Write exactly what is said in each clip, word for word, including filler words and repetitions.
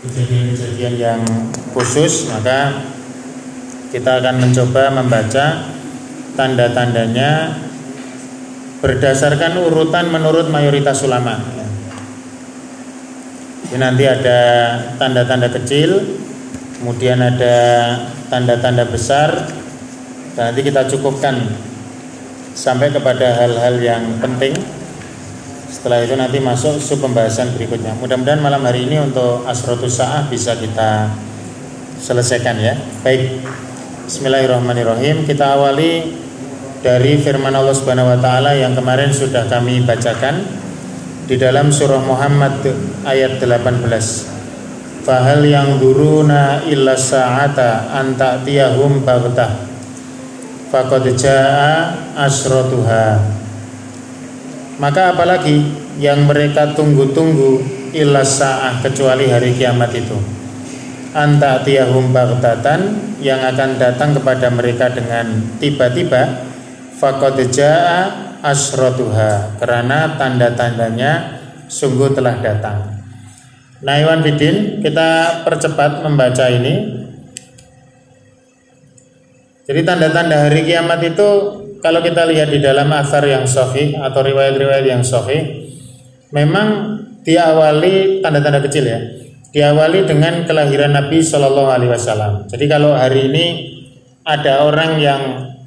kejadian-kejadian yang khusus, maka kita akan mencoba membaca tanda-tandanya berdasarkan urutan menurut mayoritas ulama. Jadi nanti ada tanda-tanda kecil, kemudian ada tanda-tanda besar, dan nanti kita cukupkan sampai kepada hal-hal yang penting. Setelah itu nanti masuk sub pembahasan berikutnya. Mudah-mudahan malam hari ini untuk Asrotus Sa'ah bisa kita selesaikan ya. Baik, bismillahirrahmanirrahim. Kita awali dari firman Allah Subhanahu wa taala yang kemarin sudah kami bacakan di dalam surah Muhammad ayat delapan belas. Fahal yang duruna illa sa'ata an ta'tiyahum baghtah faqad jaa asratuha. Maka apalagi yang mereka tunggu-tunggu illa sa'ah, kecuali hari kiamat itu. An ta'tiyahum baghtatan, yang akan datang kepada mereka dengan tiba-tiba. Faqad jaa asratuha, karena tanda-tandanya sungguh telah datang. Nah, Iwan Bidin, kita percepat membaca ini. Jadi tanda-tanda hari kiamat itu kalau kita lihat di dalam athar yang sahih atau riwayat-riwayat yang sahih, memang diawali tanda-tanda kecil ya. Diawali dengan kelahiran Nabi Shallallahu Alaihi Wasallam. Jadi kalau hari ini ada orang yang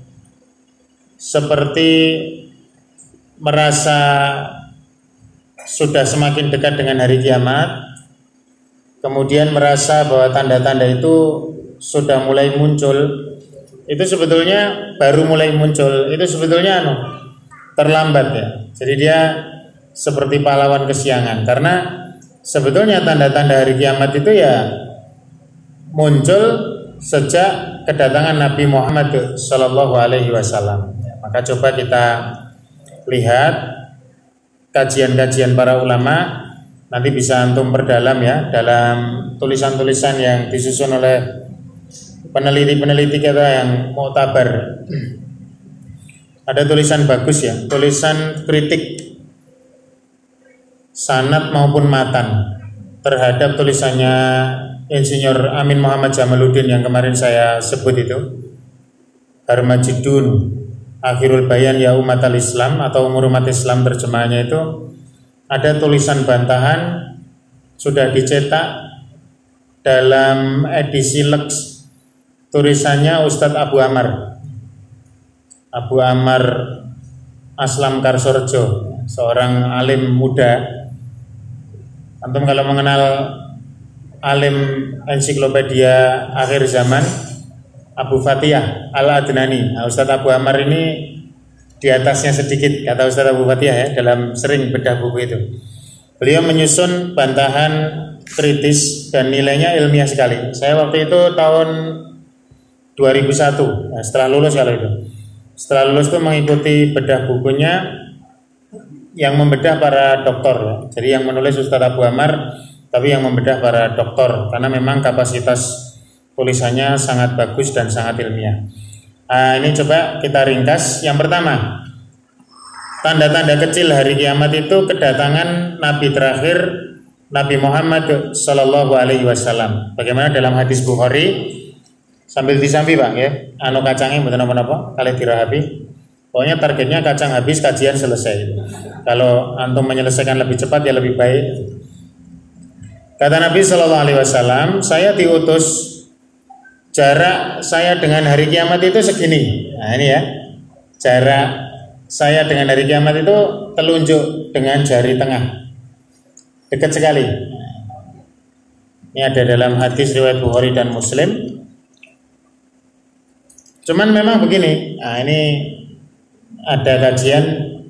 seperti merasa sudah semakin dekat dengan hari kiamat, kemudian merasa bahwa tanda-tanda itu sudah mulai muncul, itu sebetulnya baru mulai muncul, itu sebetulnya anu, terlambat ya. Jadi dia seperti pahlawan kesiangan, karena sebetulnya tanda-tanda hari kiamat itu ya muncul sejak kedatangan Nabi Muhammad Shallallahu Alaihi Wasallam. Maka coba kita lihat kajian-kajian para ulama, nanti bisa antum perdalam ya dalam tulisan-tulisan yang disusun oleh peneliti-peneliti kita yang muktabar. Ada tulisan bagus ya, tulisan kritik sanad maupun matan terhadap tulisannya Insinyur Amin Muhammad Jamaluddin yang kemarin saya sebut itu, Harmajidun Akhirul Bayan ya Umatal Islam atau Umur Umat Islam, terjemahannya itu. Ada tulisan bantahan sudah dicetak dalam edisi Lex. Tulisannya Ustadz Abu Amar Abu Amar Aslam Karsorjo, seorang alim muda. Antum kalau mengenal alim ensiklopedia akhir zaman Abu Fatihah Al-Adnani, nah, Ustadz Abu Amar ini di atasnya sedikit, kata Ustadz Abu Fatihah ya, dalam sering bedah buku itu. Beliau menyusun bantahan kritis dan nilainya ilmiah sekali. Saya waktu itu tahun dua ribu satu, nah, setelah lulus kalau itu. Setelah lulus itu mengikuti bedah bukunya yang membedah para doktor ya. Jadi yang menulis Ustadz Abu Amar, tapi yang membedah para doktor, karena memang kapasitas tulisannya sangat bagus dan sangat ilmiah. Nah, ini coba kita ringkas. Yang pertama, tanda-tanda kecil hari kiamat itu kedatangan Nabi terakhir, Nabi Muhammad Sallallahu Alaihi Wasallam. Bagaimana dalam hadis Bukhari, sambil disambi Pak ya, anu kacangnya mboten napa-napa, kalih dirahapi. Pokoknya targetnya kacang habis, kajian selesai. Kalau antum menyelesaikan lebih cepat ya lebih baik. Kata Nabi Sallallahu Alaihi Wasallam, saya diutus, jarak saya dengan hari kiamat itu segini. Nah ini ya, jarak saya dengan hari kiamat itu telunjuk dengan jari tengah, dekat sekali. Ini ada dalam hadis riwayat Bukhari dan Muslim. Cuman memang begini, nah ini ada kajian,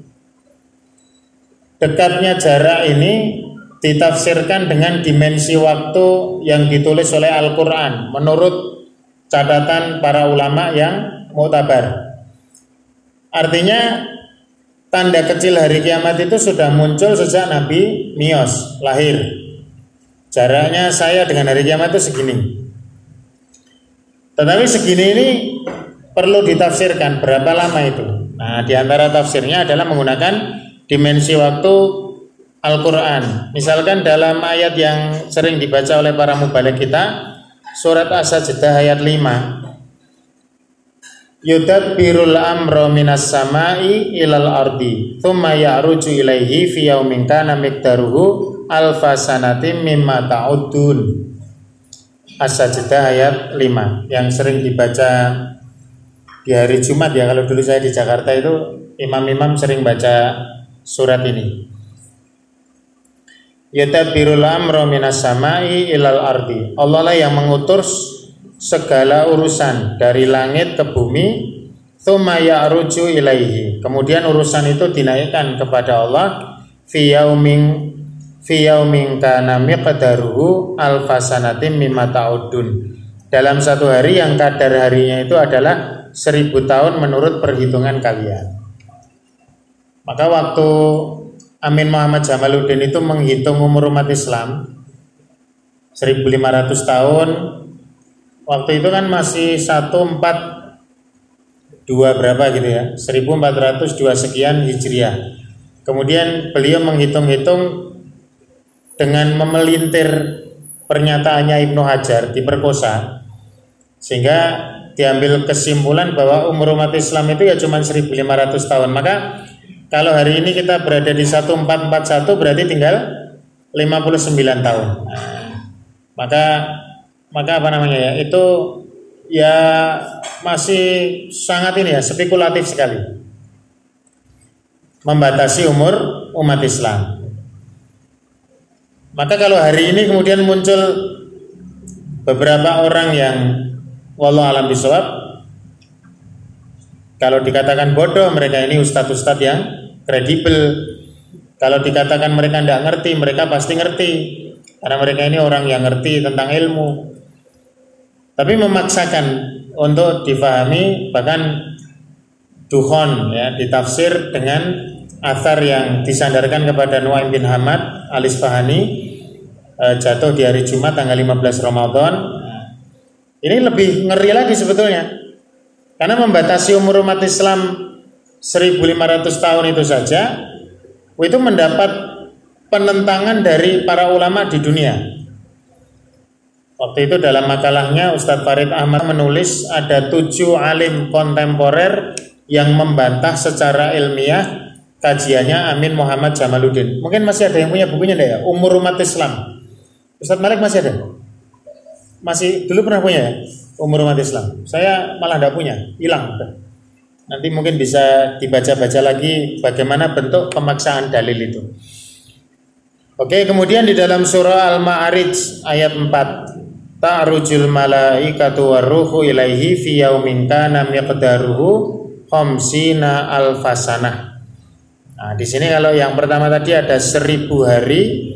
dekatnya jarak ini ditafsirkan dengan dimensi waktu yang ditulis oleh Al-Quran menurut catatan para ulama yang muktabar. Artinya tanda kecil hari kiamat itu sudah muncul sejak Nabi Mios lahir. Jaraknya saya dengan hari kiamat itu segini. Tetapi segini ini perlu ditafsirkan berapa lama itu. Nah, di antara tafsirnya adalah menggunakan dimensi waktu Al-Quran. Misalkan dalam ayat yang sering dibaca oleh para mubaligh kita, surat As-Sajdah ayat lima, yudabbirul amra minas samai ilal ardi thumma ya'ruju ilaihi fi yaumin kana miqdaruhu alfa sanatin mimma ta'uddun. As-Sajdah ayat lima yang sering dibaca di hari Jumat ya. Kalau dulu saya di Jakarta itu imam-imam sering baca surat ini. Yadabbirul amra minas samai ilal ardi. Allah lah yang mengutus segala urusan dari langit ke bumi. Tsumma ya'ruju ilaihi. Kemudian urusan itu dinaikkan kepada Allah fi yaumin fi yaumin kana miqdaruhu alfasanatin mimma ta'udun. Dalam satu hari yang kadar harinya itu adalah seribu tahun menurut perhitungan kalian. Maka waktu Amin Muhammad Jamaluddin itu menghitung umur umat Islam seribu lima ratus tahun, waktu itu kan masih seratus empat puluh dua berapa gitu ya, seribu empat ratus dua sekian Hijriah. Kemudian beliau menghitung-hitung dengan memelintir pernyataannya Ibnu Hajar diperkosa, sehingga diambil kesimpulan bahwa umur umat Islam itu ya cuma seribu lima ratus tahun. Maka kalau hari ini kita berada di seribu empat ratus empat puluh satu berarti tinggal lima puluh sembilan tahun. Nah, maka maka apa namanya ya? Itu ya masih sangat ini ya, spekulatif sekali. Membatasi umur umat Islam. Maka kalau hari ini kemudian muncul beberapa orang yang wallahu alam bisawab, kalau dikatakan bodoh, mereka ini ustadz-ustadz yang kredibel. Kalau dikatakan mereka tidak ngerti, mereka pasti ngerti, karena mereka ini orang yang ngerti tentang ilmu. Tapi memaksakan untuk difahami, bahkan duhon ya, ditafsir dengan athar yang disandarkan kepada Nuaim bin Hamad al-Isfahani, e, jatuh di hari Jumat tanggal lima belas Ramadan. Ini lebih ngeri lagi sebetulnya, karena membatasi umur umat Islam seribu lima ratus tahun itu saja, itu mendapat penentangan dari para ulama di dunia. Waktu itu dalam makalahnya Ustadz Farid Ahmad menulis ada tujuh alim kontemporer yang membantah secara ilmiah kajiannya Amin Muhammad Jamaluddin. Mungkin masih ada yang punya bukunya enggak ya? Umur Umat Islam. Ustadz Malik masih ada? Masih dulu pernah punya ya? Umur Umat Islam. Saya malah enggak punya, hilang. Nanti mungkin bisa dibaca-baca lagi bagaimana bentuk pemaksaan dalil itu. Oke, kemudian di dalam surah Al-Ma'arij ayat empat, ta'rujul malaikatu warruhu ilaihi fi yaumin kana miqdaruhu khamsina alfasanah. Nah, di sini kalau yang pertama tadi ada seribu hari,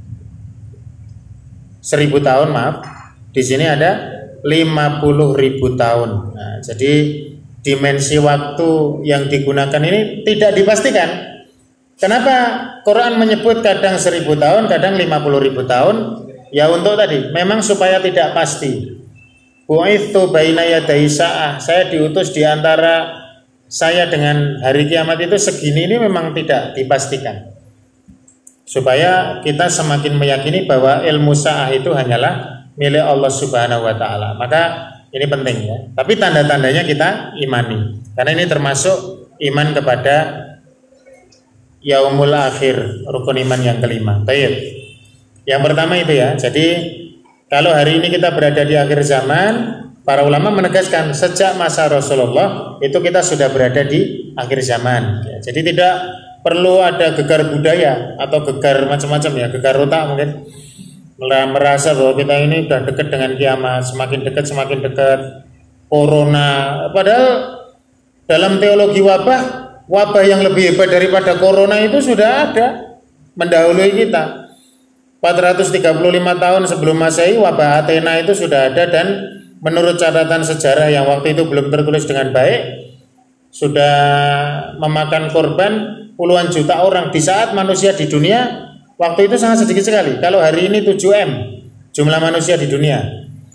seribu tahun maaf. Di sini ada lima puluh ribu tahun. Nah, jadi dimensi waktu yang digunakan ini tidak dipastikan. Kenapa Quran menyebut kadang seribu tahun, kadang lima puluh ribu tahun? Ya untuk tadi, memang supaya tidak pasti. Bu'itsu baina yaday sa'ah. Saya diutus di antara saya dengan hari kiamat itu segini, ini memang tidak dipastikan. Supaya kita semakin meyakini bahwa ilmu sa'ah itu hanyalah milik Allah Subhanahu wa taala. Maka ini penting ya. Tapi tanda-tandanya kita imani. Karena ini termasuk iman kepada yaumul akhir, rukun iman yang kelima. Baik. Yang pertama itu ya. Jadi kalau hari ini kita berada di akhir zaman, para ulama menegaskan sejak masa Rasulullah itu kita sudah berada di akhir zaman. Ya, jadi tidak perlu ada gegar budaya atau gegar macam-macam ya, gegar otak mungkin merasa bahwa kita ini sudah dekat dengan kiamat, semakin dekat semakin dekat. Corona, padahal dalam teologi wabah, wabah yang lebih hebat daripada corona itu sudah ada mendahului kita. empat ratus tiga puluh lima tahun sebelum Masehi wabah Athena itu sudah ada, dan menurut catatan sejarah yang waktu itu belum tertulis dengan baik, sudah memakan korban puluhan juta orang di saat manusia di dunia waktu itu sangat sedikit sekali. Kalau hari ini tujuh M jumlah manusia di dunia.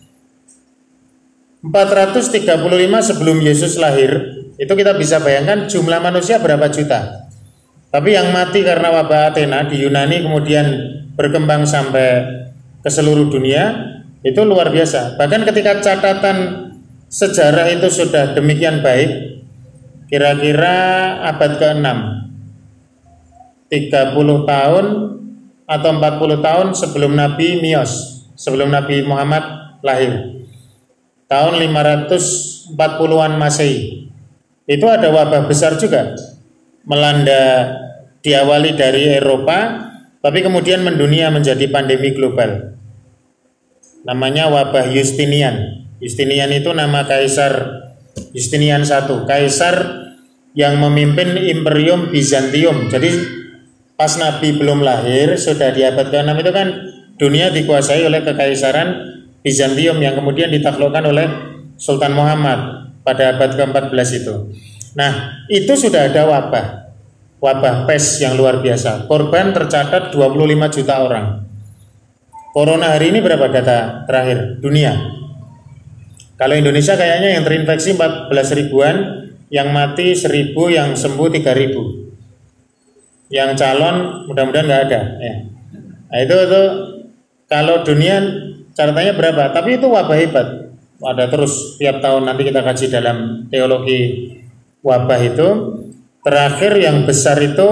empat ratus tiga puluh lima sebelum Yesus lahir, itu kita bisa bayangkan jumlah manusia berapa juta. Tapi yang mati karena wabah Athena di Yunani kemudian berkembang sampai ke seluruh dunia, itu luar biasa. Bahkan ketika catatan sejarah itu sudah demikian baik, kira-kira abad keenam, tiga puluh tahun atau empat puluh tahun sebelum Nabi Mios, sebelum Nabi Muhammad lahir, tahun lima ratus empat puluhan Masehi, itu ada wabah besar juga melanda, diawali dari Eropa tapi kemudian mendunia menjadi pandemi global. Namanya wabah Justinian. Justinian itu nama kaisar Justinian satu, kaisar yang memimpin Imperium Bizantium. Jadi pas Nabi belum lahir, sudah di abad keenam itu kan dunia dikuasai oleh kekaisaran Bizantium yang kemudian ditaklukkan oleh Sultan Muhammad pada abad keempat belas itu. Nah, itu sudah ada wabah, wabah pes yang luar biasa. Korban tercatat dua puluh lima juta orang. Corona hari ini berapa data terakhir dunia? Kalau Indonesia kayaknya yang terinfeksi empat belas ribuan, yang mati seribu, yang sembuh tiga ribu. Yang calon mudah-mudahan nggak ada. Ya. Nah, itu itu kalau dunia catatannya berapa? Tapi itu wabah hebat. Ada terus tiap tahun, nanti kita kaji dalam teologi wabah itu. Terakhir yang besar itu,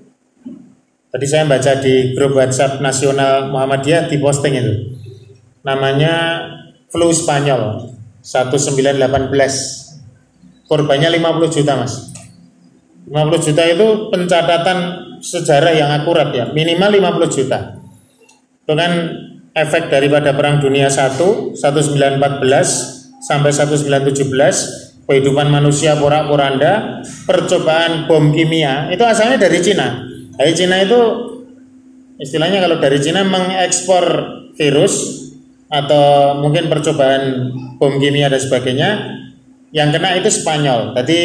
tadi saya baca di grup WhatsApp nasional Muhammadiyah di posting itu, namanya flu Spanyol seribu sembilan ratus delapan belas, korbannya lima puluh juta mas. Lima puluh juta itu pencatatan sejarah yang akurat ya, minimal lima puluh juta. Itu kan efek daripada perang dunia satu, seribu sembilan ratus empat belas sampai seribu sembilan ratus tujuh belas, kehidupan manusia porak-poranda, percobaan bom kimia, itu asalnya dari Cina. Dari Cina itu istilahnya kalau dari Cina mengekspor virus atau mungkin percobaan bom kimia dan sebagainya, yang kena itu Spanyol. Tadi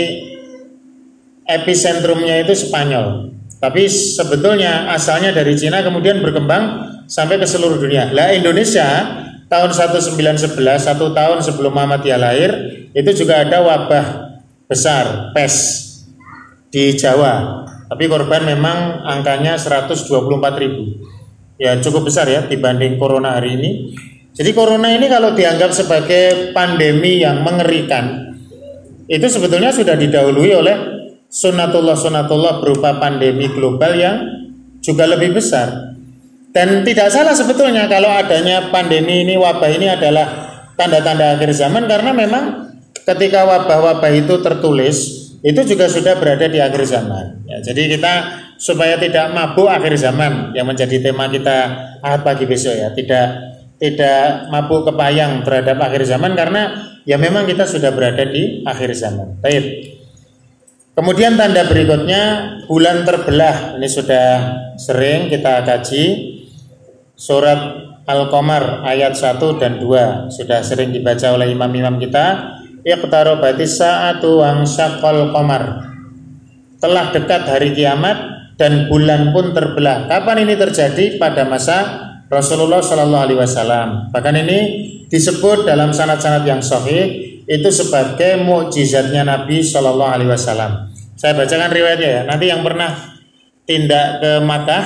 episentrumnya itu Spanyol. Tapi sebetulnya asalnya dari Cina kemudian berkembang sampai ke seluruh dunia. Lah Indonesia tahun seribu sembilan ratus sebelas, satu tahun sebelum Muhammadiyah lahir, itu juga ada wabah besar pes di Jawa. Tapi korban memang angkanya seratus dua puluh empat ribu. Ya cukup besar ya dibanding corona hari ini. Jadi corona ini kalau dianggap sebagai pandemi yang mengerikan, itu sebetulnya sudah didahului oleh sunatullah-sunatullah berupa pandemi global yang juga lebih besar. Dan tidak salah sebetulnya kalau adanya pandemi ini, wabah ini adalah tanda-tanda akhir zaman, karena memang ketika wabah-wabah itu tertulis, itu juga sudah berada di akhir zaman. Ya, jadi kita supaya tidak mabuk akhir zaman yang menjadi tema kita Ahad pagi besok ya, tidak tidak mabuk kepayang terhadap akhir zaman, karena ya memang kita sudah berada di akhir zaman. Baik. Kemudian tanda berikutnya bulan terbelah. Ini sudah sering kita kaji. Surat Al-Qamar ayat satu dan dua sudah sering dibaca oleh imam-imam kita. Iqtarabatis sa'atu wa syaqqal qamar. Telah dekat hari kiamat dan bulan pun terbelah. Kapan ini terjadi? Pada masa Rasulullah Shallallahu Alaihi Wasallam. Bahkan ini disebut dalam sanad-sanad yang sahih itu sebagai mukjizatnya Nabi Shallallahu Alaihi Wasallam. Saya bacakan riwayatnya ya. Nanti yang pernah tindak ke Makkah,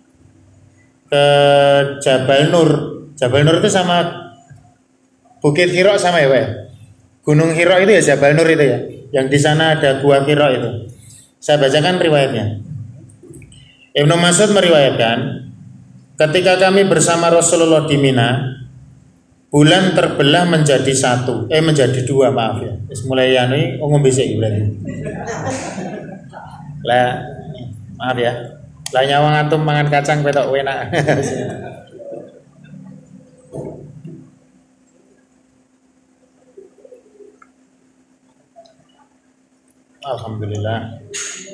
ke Jabal Nur. Jabal Nur itu sama Bukit Hira sama ya, Pak? Gunung Hira itu ya Jabal Nur itu ya. Yang di sana ada gua Hira itu. Saya bacakan riwayatnya. Ibnu Mas'ud meriwayatkan, ketika kami bersama Rasulullah di Mina, bulan terbelah menjadi satu, eh menjadi dua, maaf ya. Mulai anu ngombe sik berarti. Lah, maaf ya. Lah nyawang antum mangan kacang petok enak. Alhamdulillah.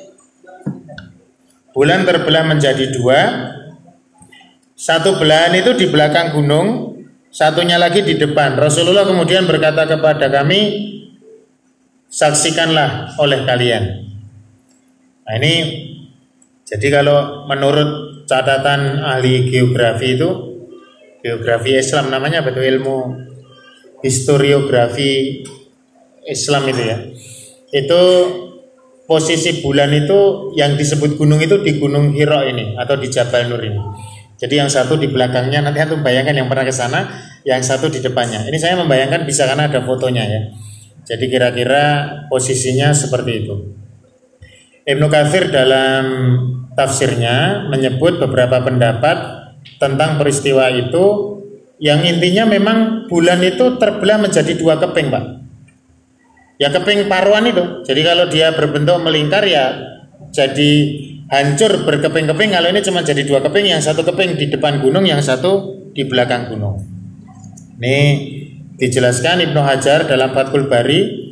Bulan terbelah menjadi dua. Satu belahan itu di belakang gunung, satunya lagi di depan. Rasulullah kemudian berkata kepada kami, saksikanlah oleh kalian. Nah ini, jadi kalau menurut catatan ahli geografi itu, geografi Islam namanya betul, ilmu historiografi Islam itu ya, itu posisi bulan itu yang disebut gunung itu di Gunung Hira ini atau di Jabal Nur ini. Jadi yang satu di belakangnya, nanti antum bayangkan yang pernah ke sana, yang satu di depannya. Ini saya membayangkan bisa karena ada fotonya ya. Jadi kira-kira posisinya seperti itu. Ibnu Katsir dalam tafsirnya menyebut beberapa pendapat tentang peristiwa itu, yang intinya memang bulan itu terbelah menjadi dua keping, Pak. Ya keping paruan itu. Jadi kalau dia berbentuk melingkar ya jadi hancur berkeping-keping. Kalau ini cuma jadi dua keping, yang satu keping di depan gunung, yang satu di belakang gunung. Ini dijelaskan Ibnu Hajar dalam Fathul Bari.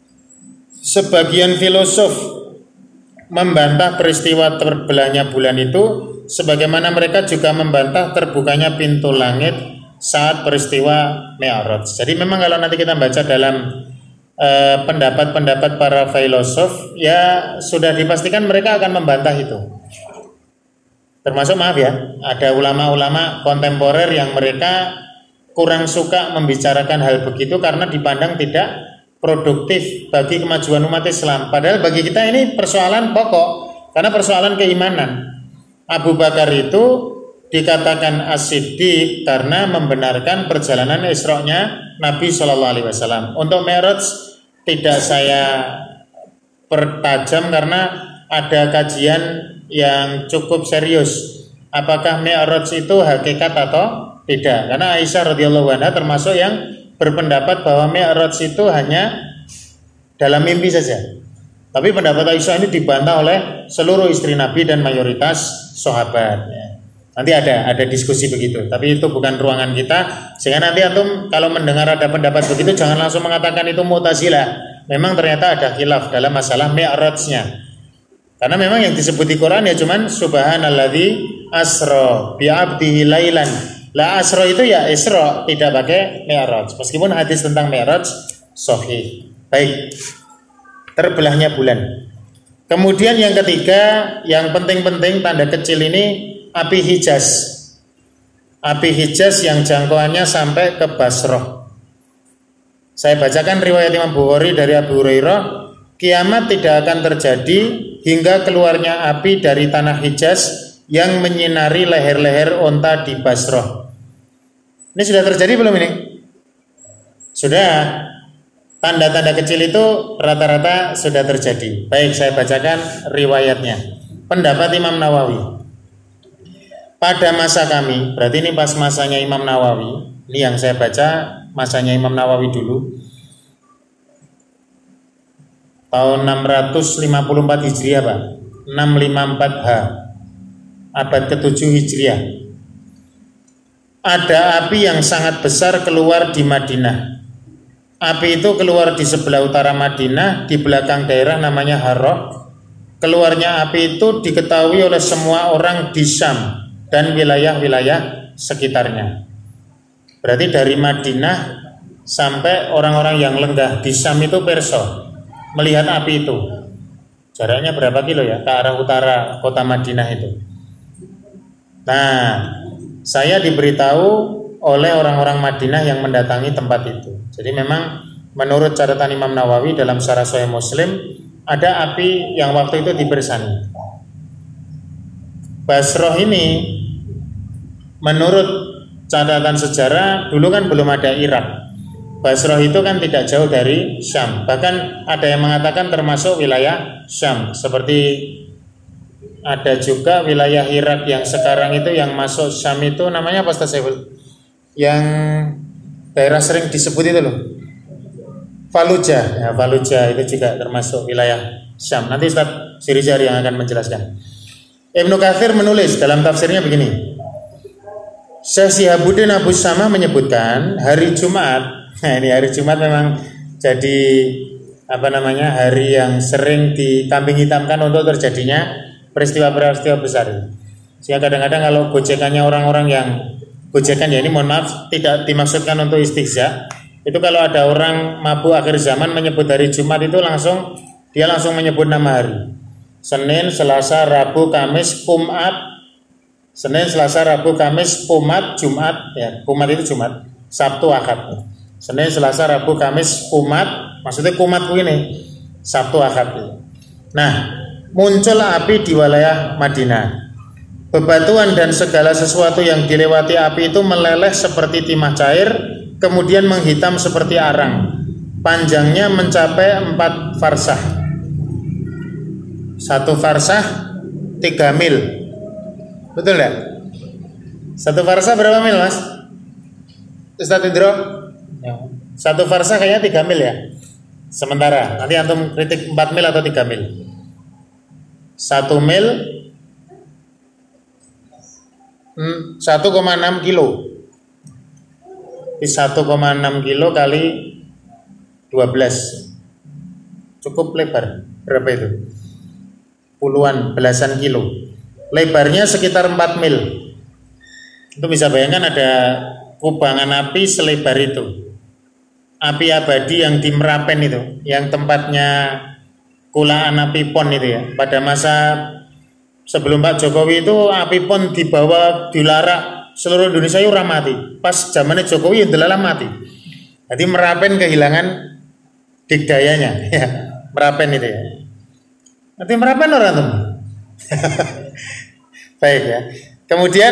Sebagian filosof membantah peristiwa terbelahnya bulan itu, sebagaimana mereka juga membantah terbukanya pintu langit saat peristiwa Mi'raj. Jadi memang kalau nanti kita baca dalam eh, pendapat-pendapat para filosof, ya sudah dipastikan mereka akan membantah itu. Termasuk maaf ya, ada ulama-ulama kontemporer yang mereka kurang suka membicarakan hal begitu karena dipandang tidak produktif bagi kemajuan umat Islam. Padahal bagi kita ini persoalan pokok, karena persoalan keimanan. Abu Bakar itu dikatakan as-siddiq karena membenarkan perjalanan Isra-nya Nabi Shallallahu Alaihi Wasallam. Untuk Mi'raj tidak saya pertajam karena ada kajian yang cukup serius. Apakah Mi'raj itu hakikat atau tidak? Karena Aisyah radhiyallahu anha termasuk yang berpendapat bahwa Mi'raj itu hanya dalam mimpi saja. Tapi pendapat Aisyah ini dibantah oleh seluruh istri Nabi dan mayoritas sahabat. Nanti ada ada diskusi begitu. Tapi itu bukan ruangan kita. Sehingga nanti antum kalau mendengar ada pendapat begitu jangan langsung mengatakan itu Mu'tazilah. Memang ternyata ada khilaf dalam masalah Mi'rajnya. Karena memang yang disebut di Quran ya cuman subhanalladzi asra bi 'abdihi lailan. La asra itu ya Isra, tidak pakai Mi'raj. Meskipun hadis tentang Mi'raj sahih. Baik. Terbelahnya bulan. Kemudian yang ketiga, yang penting-penting tanda kecil ini api Hijaz. Api Hijaz yang jangkauannya sampai ke Basrah. Saya bacakan riwayat Imam Bukhari dari Abu Hurairah, kiamat tidak akan terjadi hingga keluarnya api dari tanah Hijaz yang menyinari leher-leher onta di Basrah. Ini sudah terjadi belum ini? Sudah. Tanda-tanda kecil itu rata-rata sudah terjadi. Baik, saya bacakan riwayatnya. Pendapat Imam Nawawi. Pada masa kami, berarti ini pas masanya Imam Nawawi. Ini yang saya baca masanya Imam Nawawi dulu. Tahun enam ratus lima puluh empat Hijriah, Pak. enam ratus lima puluh empat H. Abad ketujuh Hijriah. Ada api yang sangat besar keluar di Madinah. Api itu keluar di sebelah utara Madinah, di belakang daerah namanya Harrah. Keluarnya api itu diketahui oleh semua orang di Syam dan wilayah-wilayah sekitarnya. Berarti dari Madinah sampai orang-orang yang lenggah di Syam itu perso melihat api itu. Jaraknya berapa kilo ya ke arah utara kota Madinah itu. Nah, saya diberitahu oleh orang-orang Madinah yang mendatangi tempat itu. Jadi memang menurut catatan Imam Nawawi dalam Syarah Sahih Muslim ada api yang waktu itu dibersani. Basrah ini menurut catatan sejarah dulu kan belum ada Irak. Basrah itu kan tidak jauh dari Syam. Bahkan ada yang mengatakan termasuk wilayah Syam. Seperti ada juga wilayah Irak yang sekarang itu yang masuk Syam itu namanya apa Ustaz Saiful? Yang daerah sering disebut itu loh, Fallujah. Ya, Fallujah itu juga termasuk wilayah Syam. Nanti Ustaz Sirizar yang akan menjelaskan. Ibnu Katsir menulis dalam tafsirnya begini. Syekh Shihabuddin Abu Syamah menyebutkan hari Jumat. Nah, ini hari Jumat memang jadi apa namanya hari yang sering dikambing hitamkan untuk terjadinya peristiwa-peristiwa besar. Sehingga kadang-kadang kalau gojekannya orang-orang yang gojekan ya ini mohon maaf tidak dimaksudkan untuk istihza. Itu kalau ada orang mabuk akhir zaman menyebut hari Jumat itu langsung dia langsung menyebut nama hari. Senin, Selasa, Rabu, Kamis, Jumat. Senin, Selasa, Rabu, Kamis, Jumat, Jumat ya. Jumat itu Jumat, Sabtu, Ahad. Senin, Selasa, Rabu, Kamis, Jumat. Maksudnya Jumat ini Sabtu, Ahad. Nah, muncul api di wilayah Madinah. Bebatuan dan segala sesuatu yang dilewati api itu meleleh seperti timah cair, kemudian menghitam seperti arang. Panjangnya mencapai empat farsah. Satu farsah tiga mil. Betul ya? Satu farsah berapa mil, Mas? Ustaz Indro? Satu farsah kayaknya tiga mil ya. Sementara nanti antum kritik empat mil atau tiga mil. Satu mil hmm, satu koma enam kilo. Di satu koma enam kilo kali dua belas. Cukup lebar. Berapa itu? Puluhan, belasan kilo. Lebarnya sekitar empat mil. Itu bisa bayangkan ada kubangan api selebar itu. Api abadi yang di Merapen itu, yang tempatnya kulaan api pon itu ya. Pada masa sebelum Pak Jokowi itu api pon dibawa dilarak seluruh Indonesia itu mati. Pas zamannya Jokowi itu dilalah mati. Jadi Merapen kehilangan digdayanya ya. Merapen itu ya. Nanti Merapen orang tuh. Baik ya. Kemudian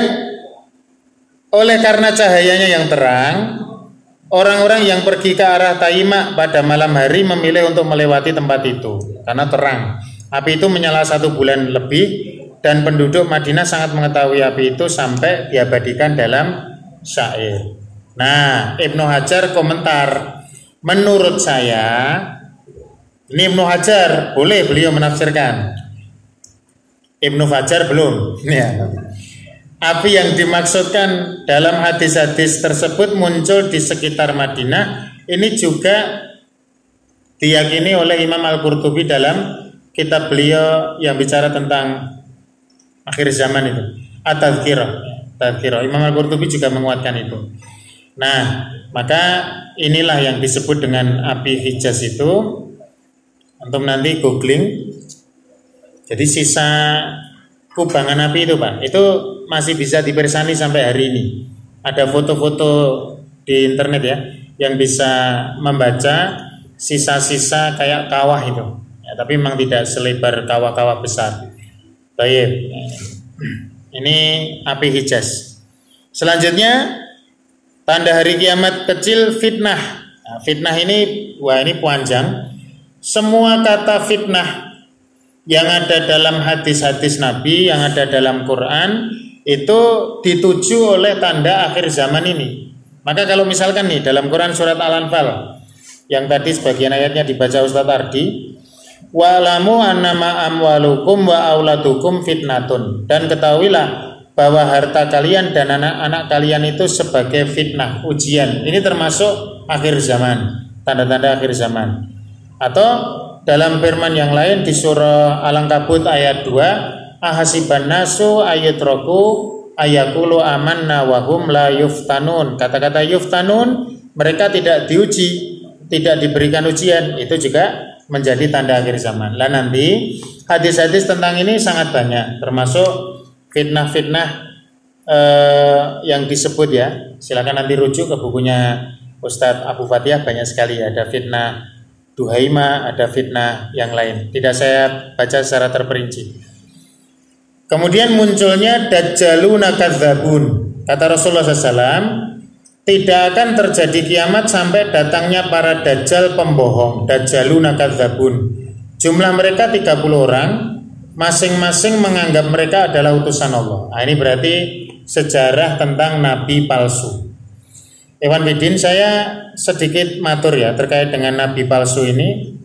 oleh karena cahayanya yang terang, orang-orang yang pergi ke arah Taima pada malam hari memilih untuk melewati tempat itu karena terang. Api itu menyala satu bulan lebih dan penduduk Madinah sangat mengetahui api itu sampai diabadikan dalam syair. Nah, Ibnu Hajar komentar, menurut saya, ini Ibnu Hajar boleh beliau menafsirkan. Ibnu Hajar belum. Ya. Api yang dimaksudkan dalam hadis-hadis tersebut muncul di sekitar Madinah. Ini juga diyakini oleh Imam Al-Qurtubi dalam kitab beliau yang bicara tentang akhir zaman itu, At-Tadhkirah. Tadhkirah. Imam Al-Qurtubi juga menguatkan itu. Nah, maka inilah yang disebut dengan api Hijaz itu. Untuk nanti googling. Jadi sisa kubangan api itu, Pak, itu masih bisa dipersani sampai hari ini. Ada foto-foto di internet ya yang bisa membaca sisa-sisa kayak kawah itu. Ya, tapi memang tidak selebar kawah-kawah besar. Baik. Ini api Hijaz. Selanjutnya tanda hari kiamat kecil fitnah. Nah, fitnah ini wah ini panjang. Semua kata fitnah yang ada dalam hadis-hadis Nabi, yang ada dalam Quran itu dituju oleh tanda akhir zaman ini. Maka kalau misalkan nih dalam Quran surat Al-Anfal yang tadi sebagian ayatnya dibaca Ustaz Ardi, wa'lamu annama amwalukum wa auladukum fitnatun, dan ketahuilah bahwa harta kalian dan anak-anak kalian itu sebagai fitnah, ujian. Ini termasuk akhir zaman, tanda-tanda akhir zaman. Atau dalam firman yang lain di surah Al-Ankabut ayat dua, ahasiban nasu ayatroku ayakulu amanna wahum la yuftanun. Kata-kata yuftanun, mereka tidak diuji, tidak diberikan ujian, itu juga menjadi tanda akhir zaman. Lah nanti hadis-hadis tentang ini sangat banyak, termasuk fitnah-fitnah eh, yang disebut ya. Silakan nanti rujuk ke bukunya Ustadz Abu Fatihah, banyak sekali. Ada fitnah Duhaima, ada fitnah yang lain. Tidak saya baca secara terperinci. Kemudian munculnya Dajjaluna kadzabun. Kata Rasulullah shallallahu alaihi wasallam, tidak akan terjadi kiamat sampai datangnya para Dajjal pembohong. Dajjaluna kadzabun. Jumlah mereka tiga puluh orang, masing-masing menganggap mereka adalah utusan Allah. Nah, ini berarti sejarah tentang nabi palsu. Ewan Bidin, saya sedikit matur ya terkait dengan nabi palsu ini.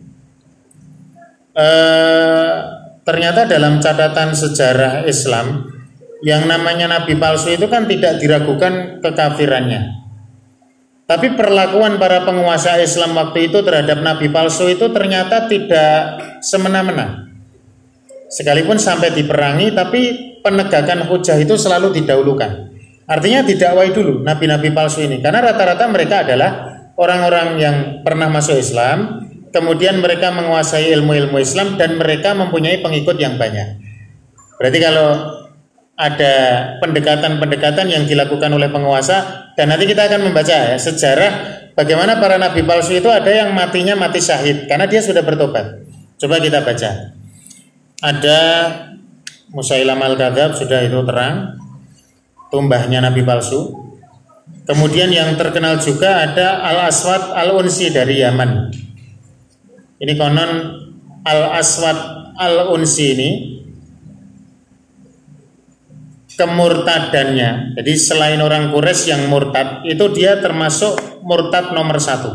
Eh, ternyata dalam catatan sejarah Islam, yang namanya nabi palsu itu kan tidak diragukan kekafirannya. Tapi perlakuan para penguasa Islam waktu itu terhadap nabi palsu itu ternyata tidak semena-mena. Sekalipun sampai diperangi, tapi penegakan hujah itu selalu didahulukan. Artinya didakwai dulu nabi-nabi palsu ini, karena rata-rata mereka adalah orang-orang yang pernah masuk Islam, kemudian mereka menguasai ilmu-ilmu Islam dan mereka mempunyai pengikut yang banyak. Berarti kalau ada pendekatan-pendekatan yang dilakukan oleh penguasa, dan nanti kita akan membaca ya sejarah bagaimana para nabi palsu itu ada yang matinya mati syahid karena dia sudah bertobat. Coba kita baca. ada Musailamah al-Kadzab, sudah itu terang, tumbahnya nabi palsu. Kemudian yang terkenal juga ada Al-Aswad Al-Unsi dari Yaman. Ini konon Al-Aswad Al-Unsi ini kemurtadannya, jadi selain orang Quraisy yang murtad, itu dia termasuk murtad nomor satu.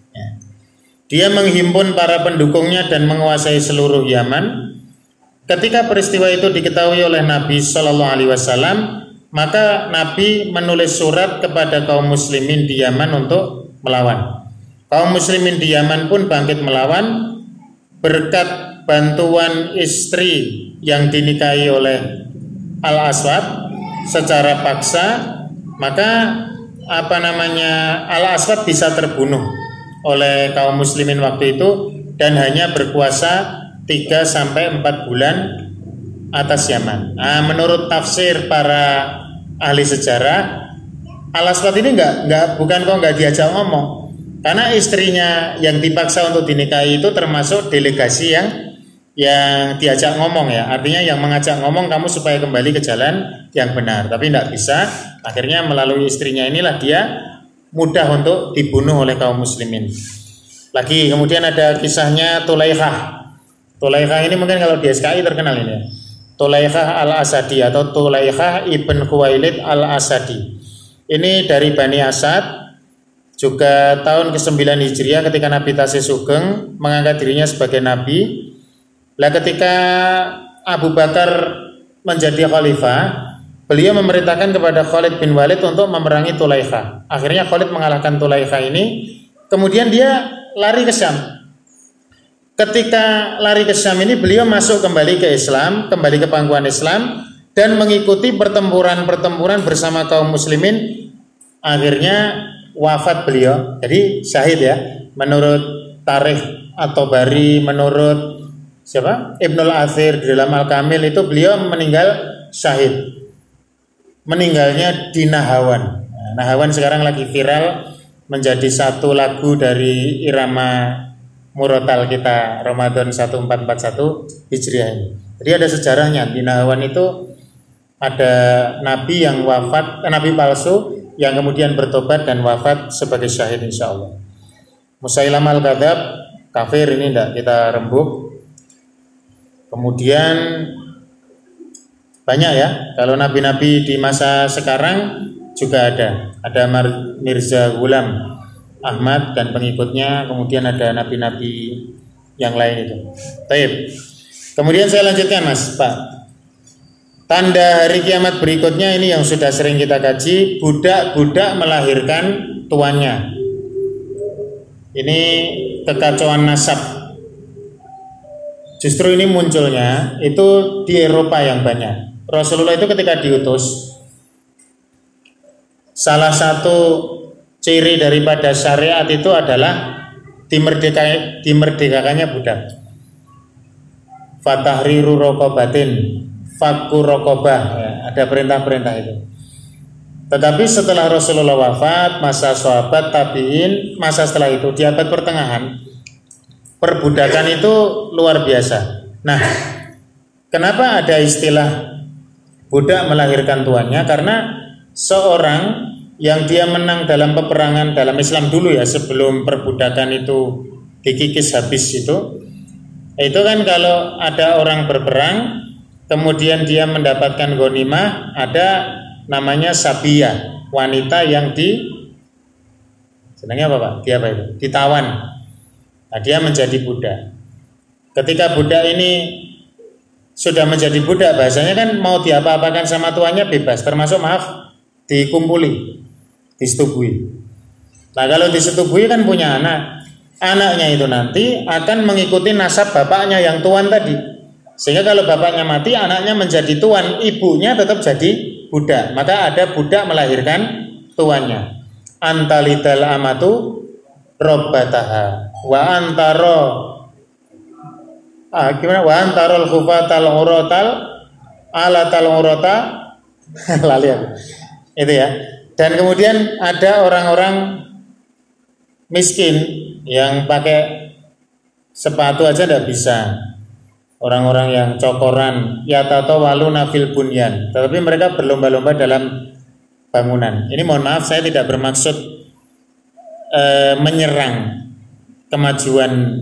Dia menghimpun para pendukungnya dan menguasai seluruh Yaman. Ketika peristiwa itu diketahui oleh Nabi Shallallahu Alaihi Wasallam, maka Nabi menulis surat kepada kaum muslimin di Yaman untuk melawan. Kaum muslimin di Yaman pun bangkit melawan berkat bantuan istri yang dinikahi oleh Al-Aswad secara paksa. Maka apa namanya Al-Aswad bisa terbunuh oleh kaum muslimin waktu itu dan hanya berkuasa tiga sampai empat bulan atas Yaman. Nah, menurut tafsir para ahli sejarah, Al-Aswad ini enggak, enggak bukan kok enggak diajak ngomong, karena istrinya yang dipaksa untuk dinikahi itu termasuk delegasi yang yang diajak ngomong ya, artinya yang mengajak ngomong kamu supaya kembali ke jalan yang benar, tapi enggak bisa. Akhirnya melalui istrinya inilah dia mudah untuk dibunuh oleh kaum muslimin. Lagi kemudian ada kisahnya Tulaikah. Tulaikah ini mungkin kalau di S K I terkenal ini ya. Tulaikah Al-Asadi atau Tulaikah Ibn Khuwailid Al-Asadi. Ini dari Bani Asad, juga tahun kesembilan Hijriah ketika Nabi Tasih Sugeng mengangkat dirinya sebagai Nabi. Lah ketika Abu Bakar menjadi khalifah, beliau memerintahkan kepada Khalid bin Walid untuk memerangi Tulaikah. Akhirnya Khalid mengalahkan Tulaikah ini, kemudian dia lari ke Syam. Ketika lari ke Syam ini beliau masuk kembali ke Islam, kembali ke pangkuan Islam dan mengikuti pertempuran-pertempuran bersama kaum muslimin. Akhirnya wafat beliau, jadi syahid ya. Menurut tarikh At-Tabari, menurut siapa? Ibnul Athir di dalam Al-Kamil itu beliau meninggal syahid. Meninggalnya di Nahawan. Nah, Nahawan sekarang lagi viral menjadi satu lagu dari irama Murotal kita Ramadan seribu empat ratus empat puluh satu Hijriah ini. Jadi ada sejarahnya. Di Nahawan itu ada nabi yang wafat, eh, nabi palsu yang kemudian bertobat dan wafat sebagai syahid insyaallah. Musailamah al-Kadzab kafir, ini tidak kita rembuk. Kemudian banyak ya, kalau nabi-nabi di masa sekarang juga ada. Ada Mirza Ghulam Ahmad dan pengikutnya, kemudian ada nabi-nabi yang lain itu. Baik. Kemudian saya lanjutkan Mas, Pak. Tanda hari kiamat berikutnya ini yang sudah sering kita kaji, budak-budak melahirkan tuannya. Ini kekacauan nasab. Justru ini munculnya itu di Eropa yang banyak. Rasulullah itu ketika diutus, salah satu ciri daripada syariat itu adalah dimerdeka, dimerdekakannya budak. Fatahriru rokobatin, fakku rokobah, ya, ada perintah-perintah itu. Tetapi setelah Rasulullah wafat, masa sahabat tabiin, masa setelah itu di abad pertengahan, perbudakan itu luar biasa. Nah, kenapa ada istilah budak melahirkan tuannya? Karena seorang yang dia menang dalam peperangan dalam Islam dulu ya, sebelum perbudakan itu dikikis habis itu, itu kan kalau ada orang berperang kemudian dia mendapatkan ghanimah, ada namanya sabiyah, wanita yang di senangnya apa Pak? Dia apa itu? Ditawan. Nah, dia menjadi budak. Ketika budak ini sudah menjadi budak, bahasanya kan mau diapa-apakan sama tuannya bebas, termasuk maaf dikumpuli, disetubui. Nah, kalau disetubui kan punya anak. Anaknya itu nanti akan mengikuti nasab bapaknya yang tuan tadi. Sehingga kalau bapaknya mati, anaknya menjadi tuan, ibunya tetap jadi budak. Maka ada budak melahirkan tuannya. Antalidal amatu robbataha wa antaro ah, gimana? Wa antarol khufatal urotal alatal urota lali aku. Itu ya. Dan kemudian ada orang-orang miskin yang pakai sepatu aja tidak bisa. orang-orang yang cokoran, yatatawaluna fil bunyan, tetapi mereka berlomba-lomba dalam bangunan. Ini mohon maaf, saya tidak bermaksud e, menyerang kemajuan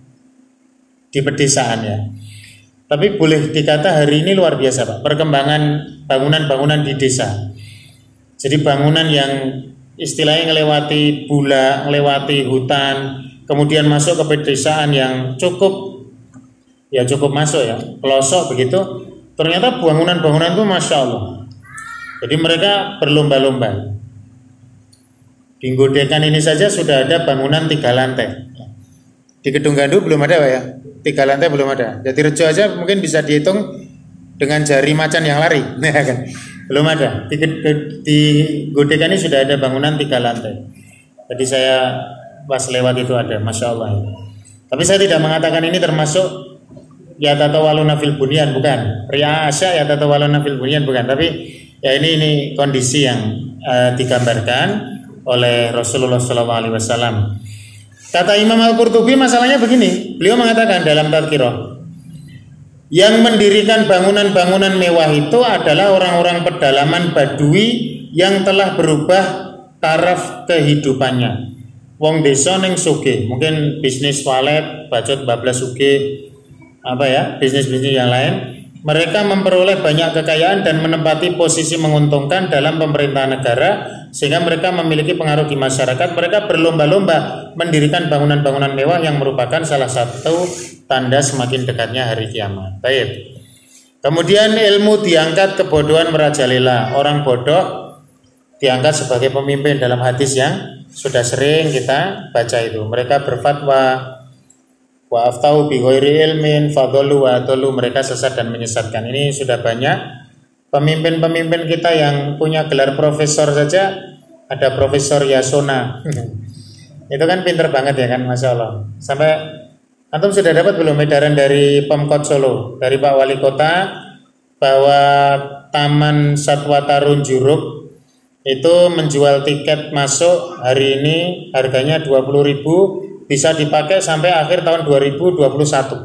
di pedesaan ya. Tapi boleh dikata hari ini luar biasa Pak, perkembangan bangunan-bangunan di desa. Jadi bangunan yang istilahnya melewati bula, melewati hutan, kemudian masuk ke pedesaan yang cukup ya cukup masuk ya, pelosok begitu. Ternyata bangunan-bangunan itu Masya Allah. Jadi mereka berlomba-lomba. Di Godekan ini saja sudah ada bangunan tiga lantai. Di Kedung Gandu belum ada Pak ya, tiga lantai belum ada. Jadi Rejo aja mungkin bisa dihitung dengan jari macan yang lari, kan? Belum ada. Di, di, di Godekan ini sudah ada bangunan tiga lantai. Jadi saya pas lewat itu ada, Masya Allah. Tapi saya tidak mengatakan ini termasuk ya tatawaluna fil bunyan, bukan. Ria asya ya tatawaluna fil bunyan, bukan. Tapi ya ini ini kondisi yang uh, digambarkan oleh Rasulullah shallallahu alaihi wasallam. Kata Imam Al-Qurtubi masalahnya begini, beliau mengatakan dalam Tadhkirah, yang mendirikan bangunan-bangunan mewah itu adalah orang-orang pedalaman Badui yang telah berubah taraf kehidupannya. Wong desa ning sugih, mungkin bisnis walet, bacot bablas sugih, apa ya, bisnis-bisnis yang lain. Mereka memperoleh banyak kekayaan dan menempati posisi menguntungkan dalam pemerintahan negara, sehingga mereka memiliki pengaruh di masyarakat. Mereka berlomba-lomba mendirikan bangunan-bangunan mewah yang merupakan salah satu tanda semakin dekatnya hari kiamat. Baik. Kemudian ilmu diangkat, kebodohan merajalela. Orang bodoh diangkat sebagai pemimpin dalam hadis yang sudah sering kita baca itu. Mereka berfatwa, wa aftau bi ghairi ilmin fadhallu wa adallu, mereka sesat dan menyesatkan. Ini sudah banyak pemimpin-pemimpin kita yang punya gelar profesor saja. Ada Profesor Yasona. Itu kan pinter banget ya kan, Masya Allah. Sampai antum sudah dapat belum edaran dari Pemkot Solo, dari Pak Wali Kota, bahwa Taman Satwa Tarun Juruk itu menjual tiket masuk hari ini harganya dua puluh ribu, bisa dipakai sampai akhir tahun dua ribu dua puluh satu.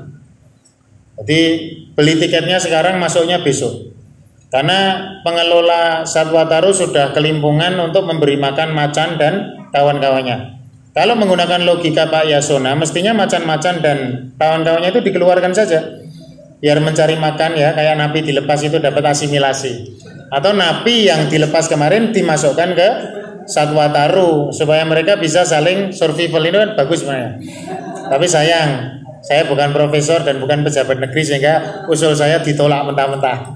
Jadi beli tiketnya sekarang, masuknya besok. Karena pengelola Satwa Taru sudah kelimpungan untuk memberi makan macan dan kawan-kawannya. Kalau menggunakan logika Pak Yasona, mestinya macan-macan dan kawan-kawannya itu dikeluarkan saja, biar mencari makan ya, kayak napi dilepas itu dapat asimilasi. Atau napi yang dilepas kemarin dimasukkan ke Satwa Taru supaya mereka bisa saling survival. Ini kan bagus sebenarnya. Tapi sayang, saya bukan profesor dan bukan pejabat negeri sehingga usul saya ditolak mentah-mentah.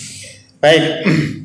Baik.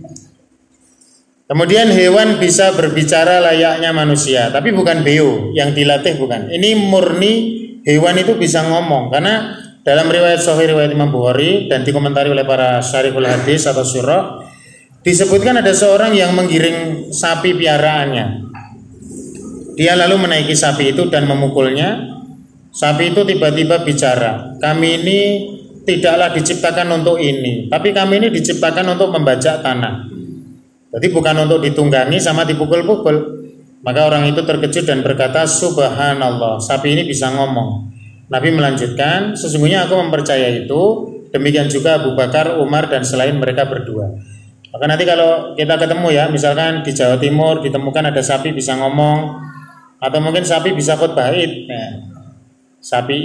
Kemudian hewan bisa berbicara layaknya manusia, tapi bukan beo yang dilatih, bukan. Ini murni hewan itu bisa ngomong, karena dalam riwayat Sahih riwayat Imam Bukhari dan dikomentari oleh para syarihul hadis atau syurah, disebutkan ada seorang yang menggiring sapi piaraannya. Dia lalu menaiki sapi itu dan memukulnya. Sapi itu tiba-tiba bicara, kami ini tidaklah diciptakan untuk ini, tapi kami ini diciptakan untuk membajak tanah. Jadi bukan untuk ditunggangi sama dipukul-pukul. Maka orang itu terkejut dan berkata, subhanallah, sapi ini bisa ngomong. Nabi melanjutkan, sesungguhnya aku mempercaya itu, demikian juga Abu Bakar, Umar, dan selain mereka berdua. Maka nanti kalau kita ketemu ya, misalkan di Jawa Timur ditemukan ada sapi bisa ngomong, atau mungkin sapi bisa khutbah Id. Nah, sapi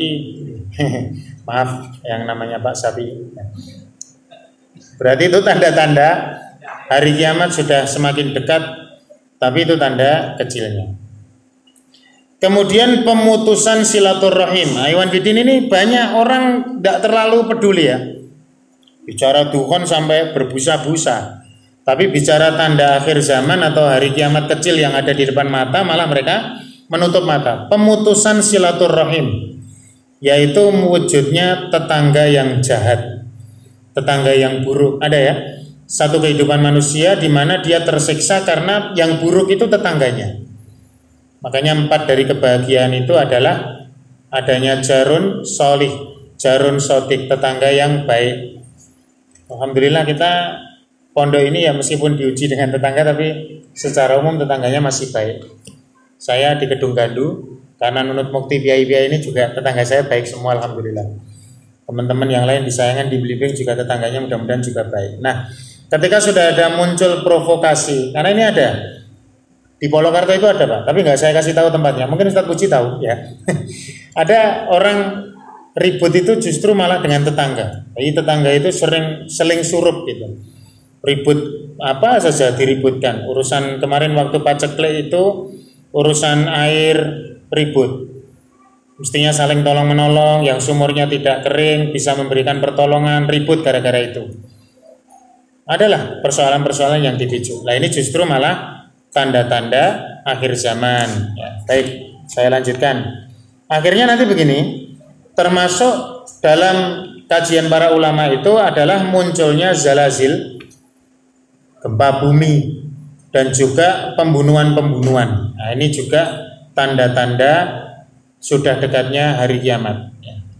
maaf yang namanya Pak Sapi. Berarti itu tanda-tanda hari kiamat sudah semakin dekat, tapi itu tanda kecilnya. Kemudian pemutusan silaturahim. Iwan Fidin ini banyak orang tidak terlalu peduli ya, bicara Tuhan sampai berbusa-busa. Tapi bicara tanda akhir zaman atau hari kiamat kecil yang ada di depan mata, malah mereka menutup mata. Pemutusan silaturahim, yaitu wujudnya tetangga yang jahat, tetangga yang buruk. Ada ya, satu kehidupan manusia di mana dia tersiksa karena yang buruk itu tetangganya. Makanya empat dari kebahagiaan itu adalah adanya jarun solih, jarun sodik, tetangga yang baik. Alhamdulillah kita pondok ini ya meskipun diuji dengan tetangga, tapi secara umum tetangganya masih baik. Saya di Kedung Gandu, karena nunut mukti biaya-biaya ini juga tetangga saya baik semua, alhamdulillah. teman-teman yang lain disayangkan di Blimbing juga tetangganya mudah-mudahan juga baik. Nah, ketika sudah ada muncul provokasi, karena ini ada di Polokarto itu ada Pak, tapi nggak saya kasih tahu tempatnya. Mungkin Ustadz Puji tahu ya. Ada orang ribut itu justru malah dengan tetangga. Jadi tetangga itu sering seling surup gitu. Ribut apa saja diributkan. Urusan kemarin waktu paceklik itu urusan air ribut. Mestinya saling tolong menolong, yang sumurnya tidak kering bisa memberikan pertolongan, ribut gara-gara itu. Adalah persoalan-persoalan yang dipicu. Nah ini justru malah tanda-tanda akhir zaman. Ya, baik, saya lanjutkan. Akhirnya nanti begini, termasuk dalam kajian para ulama itu adalah munculnya zalazil, gempa bumi, dan juga pembunuhan-pembunuhan. Nah ini juga tanda-tanda sudah dekatnya hari kiamat.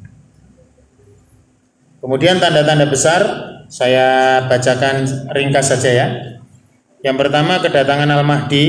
Kemudian tanda-tanda besar saya bacakan ringkas saja ya. Yang pertama kedatangan Al-Mahdi.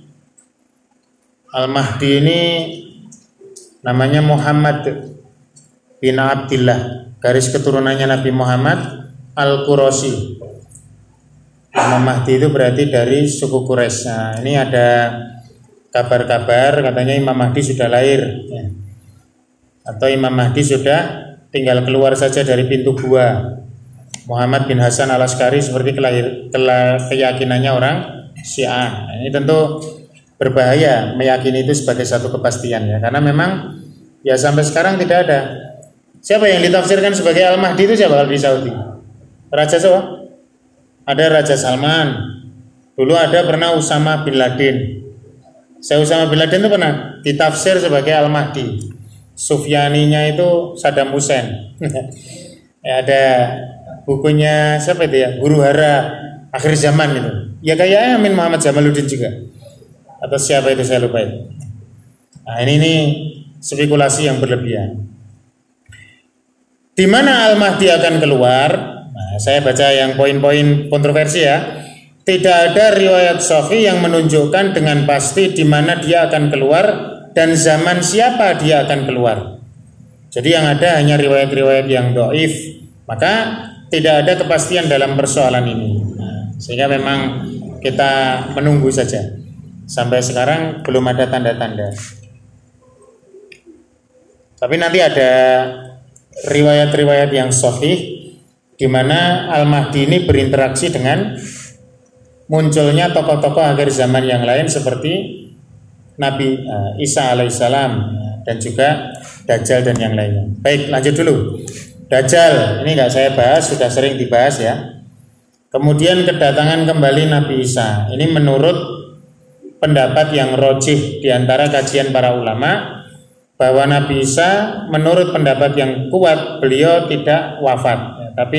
Al-Mahdi ini namanya Muhammad bin Abdillah, garis keturunannya Nabi Muhammad Al-Qurashi. Nama Mahdi itu berarti dari suku Quraisy. Nah, ini ada kabar-kabar katanya Imam Mahdi sudah lahir ya. Atau Imam Mahdi sudah tinggal keluar saja dari pintu gua. Muhammad bin Hasan Al-Askari seperti kelahir, keyakinannya orang Syiah. Ini tentu berbahaya meyakini itu sebagai satu kepastian ya, karena memang ya sampai sekarang tidak ada. Siapa yang ditafsirkan sebagai Al-Mahdi itu siapa kalau di Saudi? Raja siapa? Ada Raja Salman. Dulu ada pernah Usama bin Laden. Saya Usama bin Laden itu pernah ditafsir sebagai Al-Mahdi. Sufyaninya itu Saddam Hussein. Ya, ada bukunya siapa itu ya? Huru Hara Akhir Zaman itu. Ya kayaknya Amin Muhammad Jamaluddin juga. Atau siapa itu saya lupa itu. Nah, ini ini spekulasi yang berlebihan. Di mana Al-Mahdi akan keluar? Nah, saya baca yang poin-poin kontroversi ya. Tidak ada riwayat sahih yang menunjukkan dengan pasti di mana dia akan keluar dan zaman siapa dia akan keluar. Jadi yang ada hanya riwayat-riwayat yang dhaif. Maka tidak ada kepastian dalam persoalan ini. Nah, sehingga memang kita menunggu saja. Sampai sekarang belum ada tanda-tanda. Tapi nanti ada riwayat-riwayat yang sahih di mana Al-Mahdi ini berinteraksi dengan munculnya tokoh-tokoh akhir zaman yang lain seperti Nabi Isa alaihissalam dan juga Dajjal dan yang lainnya. Baik, lanjut dulu. Dajjal ini nggak saya bahas, sudah sering dibahas ya. Kemudian kedatangan kembali Nabi Isa. Ini menurut pendapat yang rojih di antara kajian para ulama bahwa Nabi Isa menurut pendapat yang kuat beliau tidak wafat, ya, tapi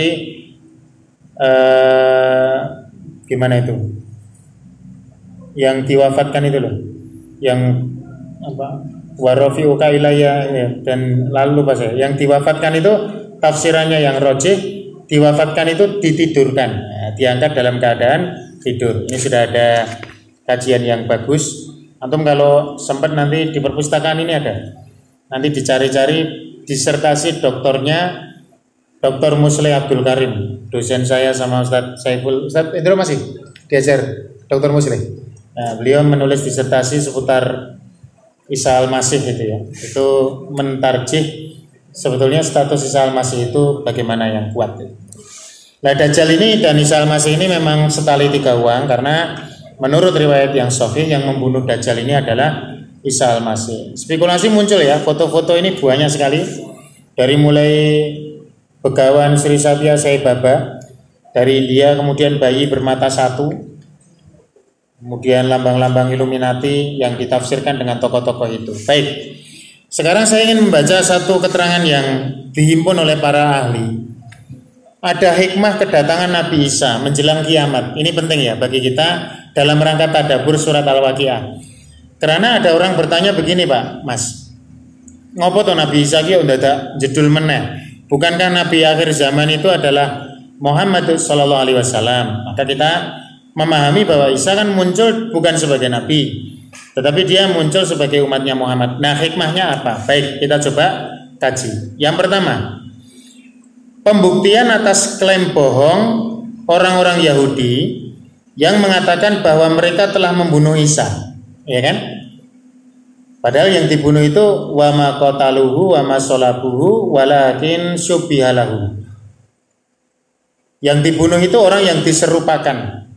eh, gimana itu? Yang diwafatkan itu loh, yang apa? Warafi'uka ilayya ya, dan lalu lupa saya. Yang diwafatkan itu tafsirannya yang rojih, diwafatkan itu ditidurkan, ya, diangkat dalam keadaan tidur. Ini sudah ada kajian yang bagus. Antum kalau sempat nanti di perpustakaan ini ada. Nanti dicari-cari disertasi doktornya Doktor Musli Abdul Karim, dosen saya sama Ustadz Saiful. Ustadz Indro masih diajar Doktor Musli. Nah, beliau menulis disertasi seputar Isa Al-Masih itu ya. Itu mentarjih sebetulnya status Isa Al-Masih itu bagaimana yang kuat. Nah, Dajjal ini dan Isa Al-Masih ini memang setali tiga uang, karena menurut riwayat yang sahih yang membunuh Dajjal ini adalah Isa Al-Masih. Spekulasi muncul ya, foto-foto ini banyak sekali. Dari mulai Begawan Sri Satya Sai Baba dari India, kemudian bayi bermata satu, kemudian lambang-lambang Illuminati yang ditafsirkan dengan tokoh-tokoh itu. Baik, sekarang saya ingin membaca satu keterangan yang dihimpun oleh para ahli. Ada hikmah kedatangan Nabi Isa menjelang kiamat. Ini penting ya bagi kita dalam rangka tadabbur surat Al-Waqiah. Karena ada orang bertanya begini, Pak, Mas, ngopo to Nabi Isa ki ndadak jedul meneh? Bukankah Nabi akhir zaman itu adalah Muhammad sallallahu alaihi wasallam? Maka kita memahami bahwa Isa kan muncul bukan sebagai Nabi, tetapi dia muncul sebagai umatnya Muhammad. Nah, hikmahnya apa? Baik, kita coba kaji. Yang pertama, pembuktian atas klaim bohong orang-orang Yahudi yang mengatakan bahwa mereka telah membunuh Isa, ya kan? Padahal yang dibunuh itu wa ma qataluhu wa ma salabuhu walakin syubbihalahu. Yang dibunuh itu orang yang diserupakan.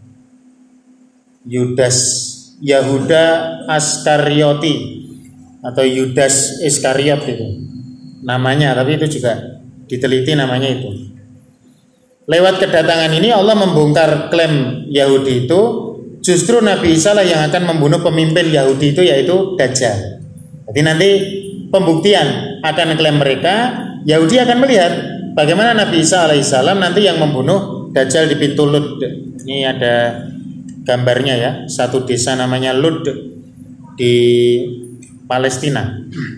Yudas Yahuda Askarioti atau Yudas Iskariot itu namanya, tapi itu juga diteliti namanya itu. Lewat kedatangan ini Allah membongkar klaim Yahudi itu, justru Nabi Isa lah yang akan membunuh pemimpin Yahudi itu, yaitu Dajjal. Jadi nanti pembuktian akan klaim mereka, Yahudi akan melihat bagaimana Nabi Isa alaihissalam nanti yang membunuh Dajjal di pintu Lud. Ini ada gambarnya ya, satu desa namanya Lud di Palestina.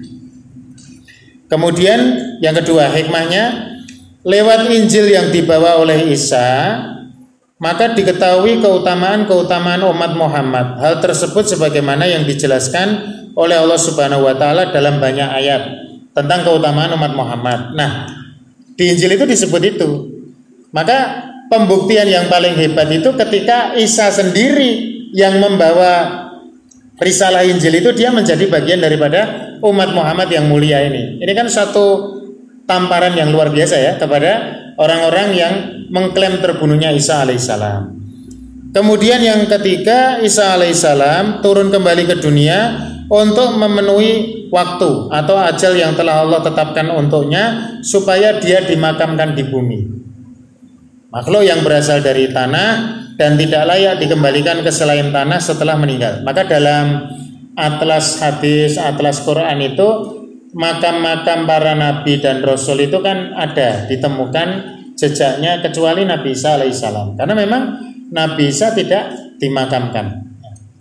Kemudian yang kedua hikmahnya, lewat Injil yang dibawa oleh Isa, maka diketahui keutamaan-keutamaan umat Muhammad. Hal tersebut sebagaimana yang dijelaskan oleh Allah Subhanahu wa taala dalam banyak ayat tentang keutamaan umat Muhammad. Nah, di Injil itu disebut itu. Maka pembuktian yang paling hebat itu ketika Isa sendiri yang membawa risalah Injil itu, dia menjadi bagian daripada umat Muhammad yang mulia ini. Ini kan satu tamparan yang luar biasa ya kepada orang-orang yang mengklaim terbunuhnya Isa alaihissalam. Kemudian yang ketiga, Isa alaihissalam turun kembali ke dunia untuk memenuhi waktu atau ajal yang telah Allah tetapkan untuknya, supaya dia dimakamkan di bumi. Makhluk yang berasal dari tanah dan tidak layak dikembalikan ke selain tanah setelah meninggal. Maka dalam atlas hadis, atlas Quran itu, makam-makam para nabi dan rasul itu kan ada ditemukan jejaknya, kecuali Nabi Isa alaihissalam, karena memang Nabi Isa tidak dimakamkan.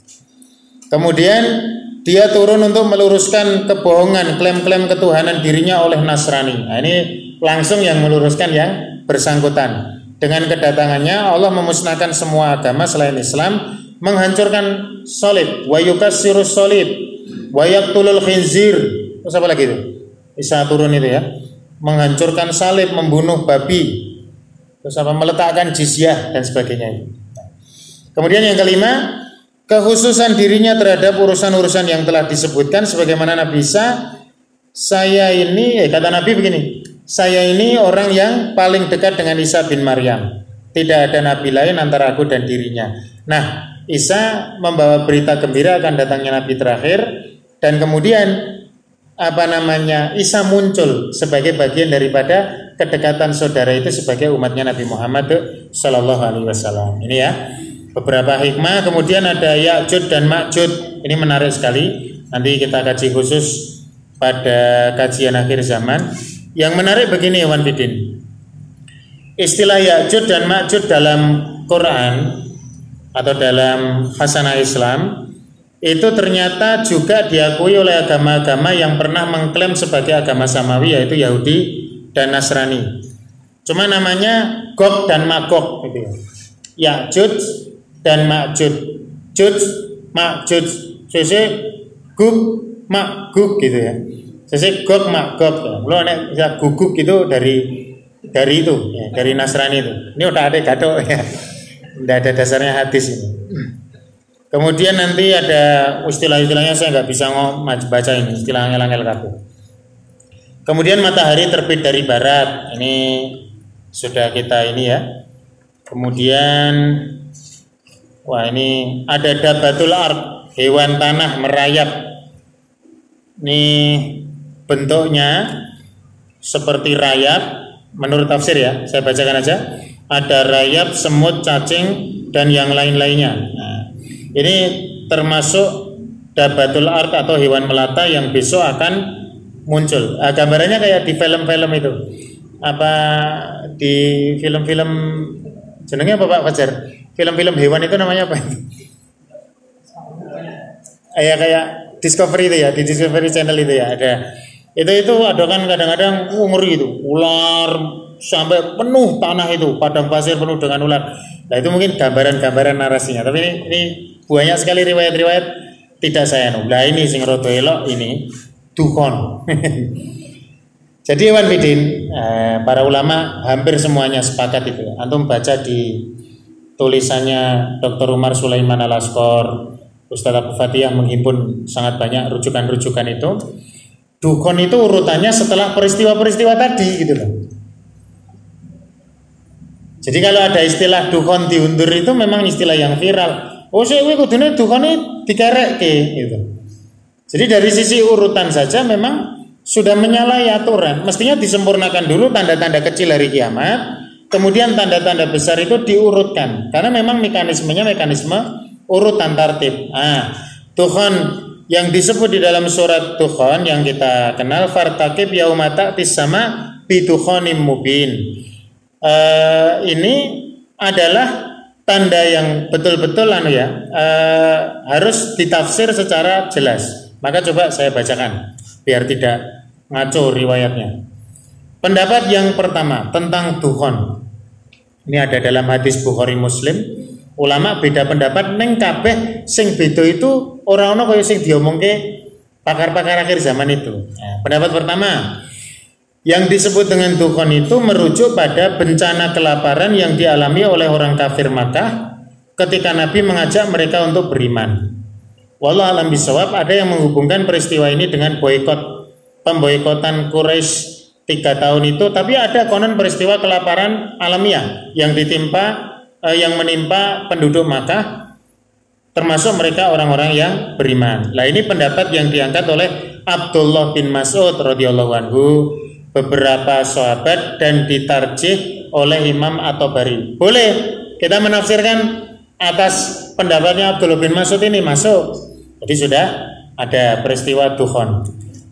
Kemudian dia turun untuk meluruskan kebohongan klaim-klaim ketuhanan dirinya oleh Nasrani. Nah, ini langsung yang meluruskan yang bersangkutan. Dengan kedatangannya Allah memusnahkan semua agama selain Islam, menghancurkan salib, wa yukassirus salib, wa yaqtulul khinzir. Terus apa lagi itu? Isa turun itu ya, menghancurkan salib, membunuh babi, terus apa, meletakkan jizyah dan sebagainya. Kemudian yang kelima, kekhususan dirinya terhadap urusan-urusan yang telah disebutkan, sebagaimana Nabi Isa, saya ini, eh, kata Nabi begini, saya ini orang yang paling dekat dengan Isa bin Maryam, tidak ada nabi lain antara aku dan dirinya. Nah, Isa membawa berita gembira akan datangnya nabi terakhir, dan kemudian apa namanya, Isa muncul sebagai bagian daripada kedekatan saudara itu sebagai umatnya Nabi Muhammad Sallallahu Alaihi Wasallam. Ini ya beberapa hikmah. Kemudian ada Ya'jud dan Ma'jud. Ini menarik sekali. Nanti kita kaji khusus pada kajian akhir zaman. Yang menarik begini, Wan Bidin. Istilah Ya'jud dan Ma'jud dalam Quran atau dalam Hasanah Islam itu ternyata juga diakui oleh agama-agama yang pernah mengklaim sebagai agama samawi, yaitu Yahudi dan Nasrani. Cuma namanya Gog dan Magog gitu ya. Ya'jud dan Ma'jud, Jud, Ma'jud, sese Gug, Magug gitu ya. Sese Gog, Magog. Ya. Lo nek ya guguk itu dari dari itu ya, dari Nasrani itu. Ini udah ada gato ya. Udah ada dasarnya hadis ini. Kemudian nanti ada istilah-istilahnya, saya nggak bisa ngomong baca ini, istilahnya langel kabeh. Kemudian matahari terbit dari barat, ini sudah kita ini ya. Kemudian wah ini ada dabatul ard, hewan tanah merayap. Ini bentuknya seperti rayap menurut tafsir ya, saya bacakan aja. Ada rayap, semut, cacing dan yang lain-lainnya. Nah, ini termasuk dabatul ard atau hewan melata yang besok akan muncul. Nah, gambarannya kayak di film-film itu. Apa di film-film jenengnya apa Pak Fajar? Film-film hewan itu namanya apa? Ya kayak Discovery itu ya, di Discovery Channel itu ya ada. Itu itu ada kan kadang-kadang ngeri itu, ular sampai penuh tanah itu, padang pasir penuh dengan ular. Nah itu mungkin gambaran-gambaran narasinya. Tapi ini, ini banyak sekali riwayat-riwayat tidak saya anu. Lah ini sing rada elok ini dukhon. Jadi Iwan Bidin, eh, para ulama hampir semuanya sepakat itu. Antum baca di tulisannya doktor Umar Sulaiman Al-Askor, Ustadz Abu Fatihah menghimpun sangat banyak rujukan-rujukan itu. Dukun itu urutannya setelah peristiwa-peristiwa tadi gitu loh. Jadi kalau ada istilah dukun diundur itu memang istilah yang viral. Oh saya kudune dukune dikerekke gitu. Jadi dari sisi urutan saja memang sudah menyalahi aturan. Mestinya disempurnakan dulu tanda-tanda kecil hari kiamat, kemudian tanda-tanda besar itu diurutkan. Karena memang mekanismenya mekanisme urutan tartib. Ah, Tuhan yang disebut di dalam surat Tuhan yang kita kenal, fartaqib yauma ta'tis sama bitukhanim mubin. Uh, ini adalah tanda yang betul-betul anu ya, uh, harus ditafsir secara jelas. Maka coba saya bacakan biar tidak ngaco riwayatnya. Pendapat yang pertama tentang dukhon. Ini ada dalam hadis Bukhari Muslim. Ulama beda pendapat neng kabeh sing beda itu ora ono kaya sing diomongke pakar-pakar akhir zaman itu. Nah, pendapat pertama, yang disebut dengan dukhon itu merujuk pada bencana kelaparan yang dialami oleh orang kafir Makkah ketika Nabi mengajak mereka untuk beriman. Wallahu a'lam bishawab, ada yang menghubungkan peristiwa ini dengan boikot, pemboikotan Quraisy tiga tahun itu, tapi ada konon peristiwa kelaparan alamiah yang ditimpa eh, yang menimpa penduduk Makkah, termasuk mereka orang-orang yang beriman. Nah ini pendapat yang diangkat oleh Abdullah bin Mas'ud radhiyallahu anhu, beberapa sahabat, dan ditarjih oleh Imam At-Tabari. Boleh kita menafsirkan atas pendapatnya Abdullah bin Mas'ud ini masuk. Jadi sudah ada peristiwa dukhon.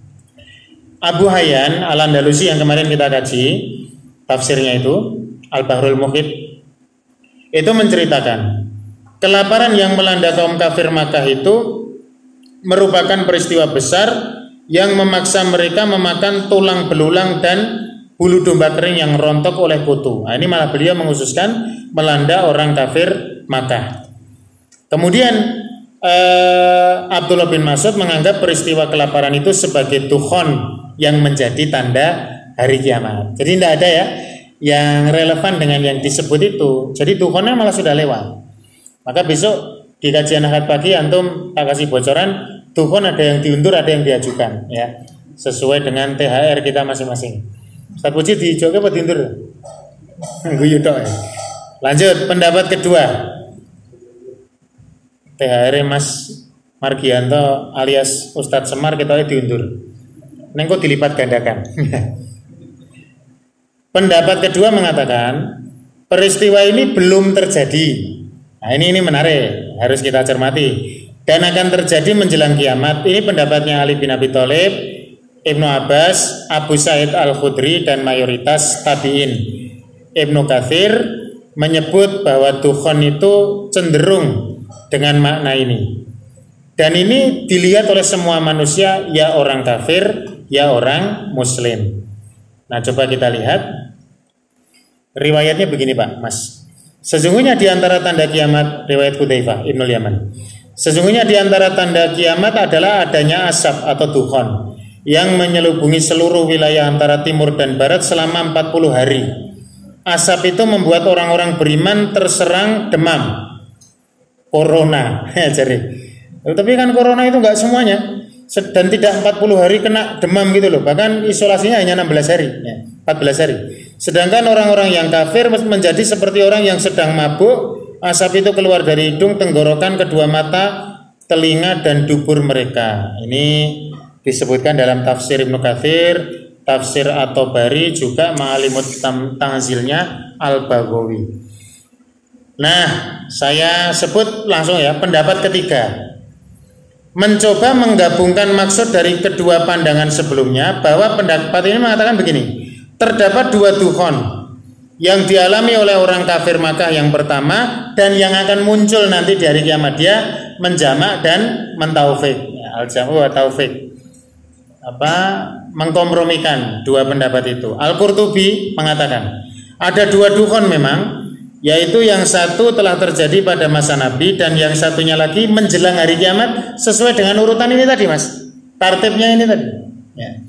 Abu Hayyan Al-Andalusi yang kemarin kita kaji tafsirnya itu Al-Bahrul Muhit itu menceritakan kelaparan yang melanda kaum kafir Makkah itu merupakan peristiwa besar yang memaksa mereka memakan tulang belulang dan bulu domba kering yang rontok oleh kutu. Nah, ini malah beliau menghususkan melanda orang kafir Makkah. Kemudian eh, Abdullah bin Mas'ud menganggap peristiwa kelaparan itu sebagai dukhon yang menjadi tanda hari kiamat. Jadi tidak ada ya yang relevan dengan yang disebut itu. Jadi dukhonnya malah sudah lewat. Maka besok di kajian ahad pagi antum tak kasih bocoran, dukhon ada yang diundur, ada yang diajukan ya, sesuai dengan T H R kita masing-masing. Ustaz Puji dijoke apa diundur? Guyu tok ya. Lanjut pendapat kedua. T H R Mas Margianto alias Ustadz Semar kita diundur. Nengko dilipat gandakan. Pendapat kedua mengatakan peristiwa ini belum terjadi. Nah ini ini menarik, harus kita cermati. Dan akan terjadi menjelang kiamat. Ini pendapatnya Ali bin Abi Thalib, Ibnu Abbas, Abu Sa'id Al-Khudri, dan mayoritas tabi'in. Ibnu Katsir menyebut bahwa dukhon itu cenderung dengan makna ini. Dan ini dilihat oleh semua manusia, ya orang kafir, ya orang muslim. Nah coba kita lihat riwayatnya begini Pak Mas. Sesungguhnya di antara tanda kiamat, riwayat Hudzaifah Ibnul Yaman, sesungguhnya di antara tanda kiamat adalah adanya asap atau dukhon yang menyelubungi seluruh wilayah antara timur dan barat selama empat puluh hari. Asap itu membuat orang-orang beriman terserang demam, corona. Jadi, tapi kan corona itu enggak semuanya, dan tidak empat puluh hari kena demam gitu loh. Bahkan isolasinya hanya enam belas hari, ya, empat belas hari. Sedangkan orang-orang yang kafir menjadi seperti orang yang sedang mabuk. Asap itu keluar dari hidung, tenggorokan, kedua mata, telinga, dan dubur mereka. Ini disebutkan dalam tafsir Ibnu Katsir, tafsir At-Tabari, juga Ma'alimut Tanzilnya Al-Baghawi. Nah, saya sebut langsung ya pendapat ketiga. Mencoba menggabungkan maksud dari kedua pandangan sebelumnya, bahwa pendapat ini mengatakan begini. Terdapat dua dukhon yang dialami oleh orang kafir Makkah yang pertama dan yang akan muncul nanti di hari kiamat. Dia menjamak dan mentaufik, ya, al-jamu wa taufik, apa mengkompromikan dua pendapat itu. Al-Qurtubi mengatakan ada dua dukhon memang, yaitu yang satu telah terjadi pada masa Nabi dan yang satunya lagi menjelang hari kiamat, sesuai dengan urutan ini tadi Mas, tartibnya ini tadi ya.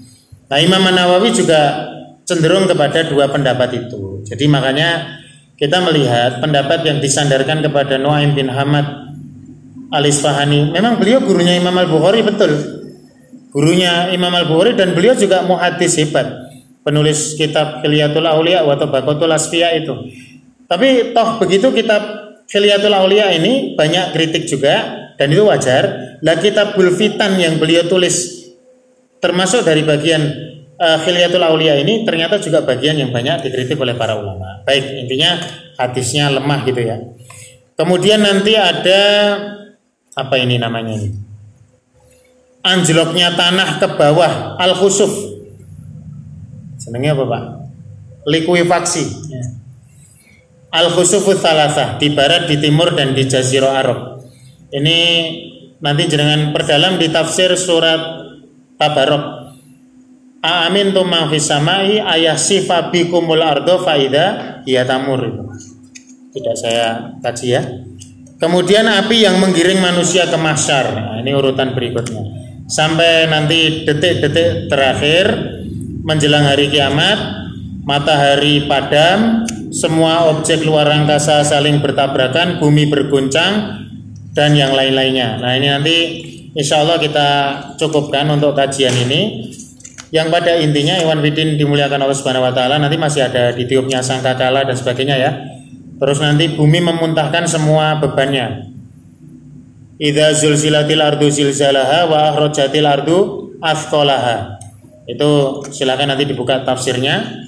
Nah, Imam Nawawi juga cenderung kepada dua pendapat itu. Jadi makanya kita melihat pendapat yang disandarkan kepada Nuaim bin Hamad Al-Isfahani. Memang beliau gurunya Imam Al-Bukhari, betul. Gurunya Imam Al-Bukhari, dan beliau juga muhaddis hebat, penulis kitab Hilyatul Auliya wa Tabaqatul Asfiya itu. Tapi toh begitu kitab Hilyatul Auliya ini banyak kritik juga, dan itu wajar. Lah kitabul Fitan yang beliau tulis termasuk dari bagian uh, Hilyatul Auliya ini ternyata juga bagian yang banyak dikritik oleh para ulama. Baik, intinya hadisnya lemah gitu ya. Kemudian nanti ada apa ini namanya ini? Anjloknya tanah ke bawah, al-khusuf. Senengnya apa, Pak? Likuifaksi. Ya. Al-khusufus salasah, di barat, di timur, dan di Jazirah Arab. Ini nanti jenengan perdalam di tafsir surat Tabarok. Amin tu man fis samai ayasifa bikumul ardo faida hiya tamur. Tidak saya kaji ya. Kemudian api yang menggiring manusia ke mahsyar. Nah, ini urutan berikutnya. Sampai nanti detik-detik terakhir menjelang hari kiamat, matahari padam, semua objek luar angkasa saling bertabrakan, bumi berguncang, dan yang lain-lainnya. Nah, ini nanti insya Allah kita cukupkan untuk kajian ini. Yang pada intinya Iwan Widin dimuliakan Allah Subhanahu Wa Taala, nanti masih ada ditiupnya sangkakala dan sebagainya ya. Terus nanti bumi memuntahkan semua bebannya. Idza zulzilatil ardu zilzalaha wa akhrajatil ardu athqalaha. Itu silakan nanti dibuka tafsirnya.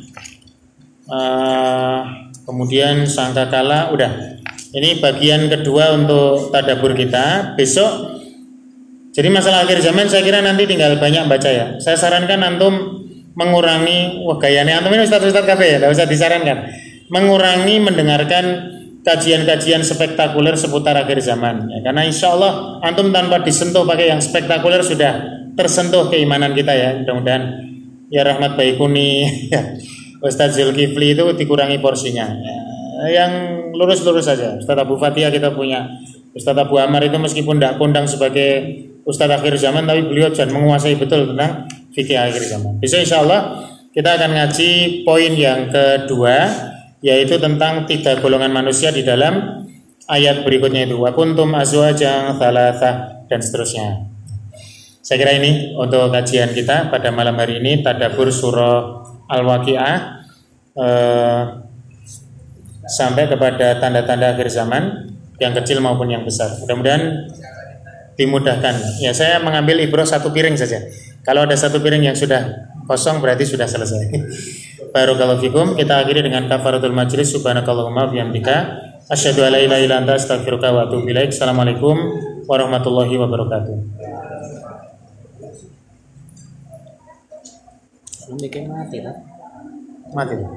Uh, kemudian sangkakala udah. Ini bagian kedua untuk tadabbur kita. Besok, jadi masalah akhir zaman saya kira nanti tinggal banyak baca ya. Saya sarankan antum mengurangi, wah gayanya antum ini ustaz-ustaz kafe ya, tidak usah disarankan. Mengurangi mendengarkan kajian-kajian spektakuler seputar akhir zaman ya, karena insya Allah antum tanpa disentuh pakai yang spektakuler sudah tersentuh keimanan kita ya. Mudah-mudahan ya Rahmat Baikuni ya, Ustaz Zulkifli itu dikurangi porsinya ya. Yang lurus-lurus saja. Ustaz Abu Fatihah kita punya, Ustaz Abu Amar itu meskipun tidak kondang sebagai Ustaz akhir zaman, tapi beliau jangan menguasai betul tentang fikih akhir zaman. Besok insya Allah kita akan ngaji poin yang kedua, yaitu tentang tiga golongan manusia di dalam ayat berikutnya itu. Wa kuntum azwajan thalathah dan seterusnya. Saya kira ini untuk kajian kita pada malam hari ini, tadabbur surah Al-Waqi'ah eh, sampai kepada tanda-tanda akhir zaman yang kecil maupun yang besar. Mudah-mudahan dimudahkan. Ya, saya mengambil ibrah satu piring saja. Kalau ada satu piring yang sudah kosong berarti sudah selesai. Barakallahu fikum. Kita akhiri dengan kafaratul majlis. Subhanakallahumma bihamdika asyhadu an la ilaha illa anta astaghfiruka wa atubu ilaik. Assalamualaikum warahmatullahi wabarakatuh. Mati lah. Mati.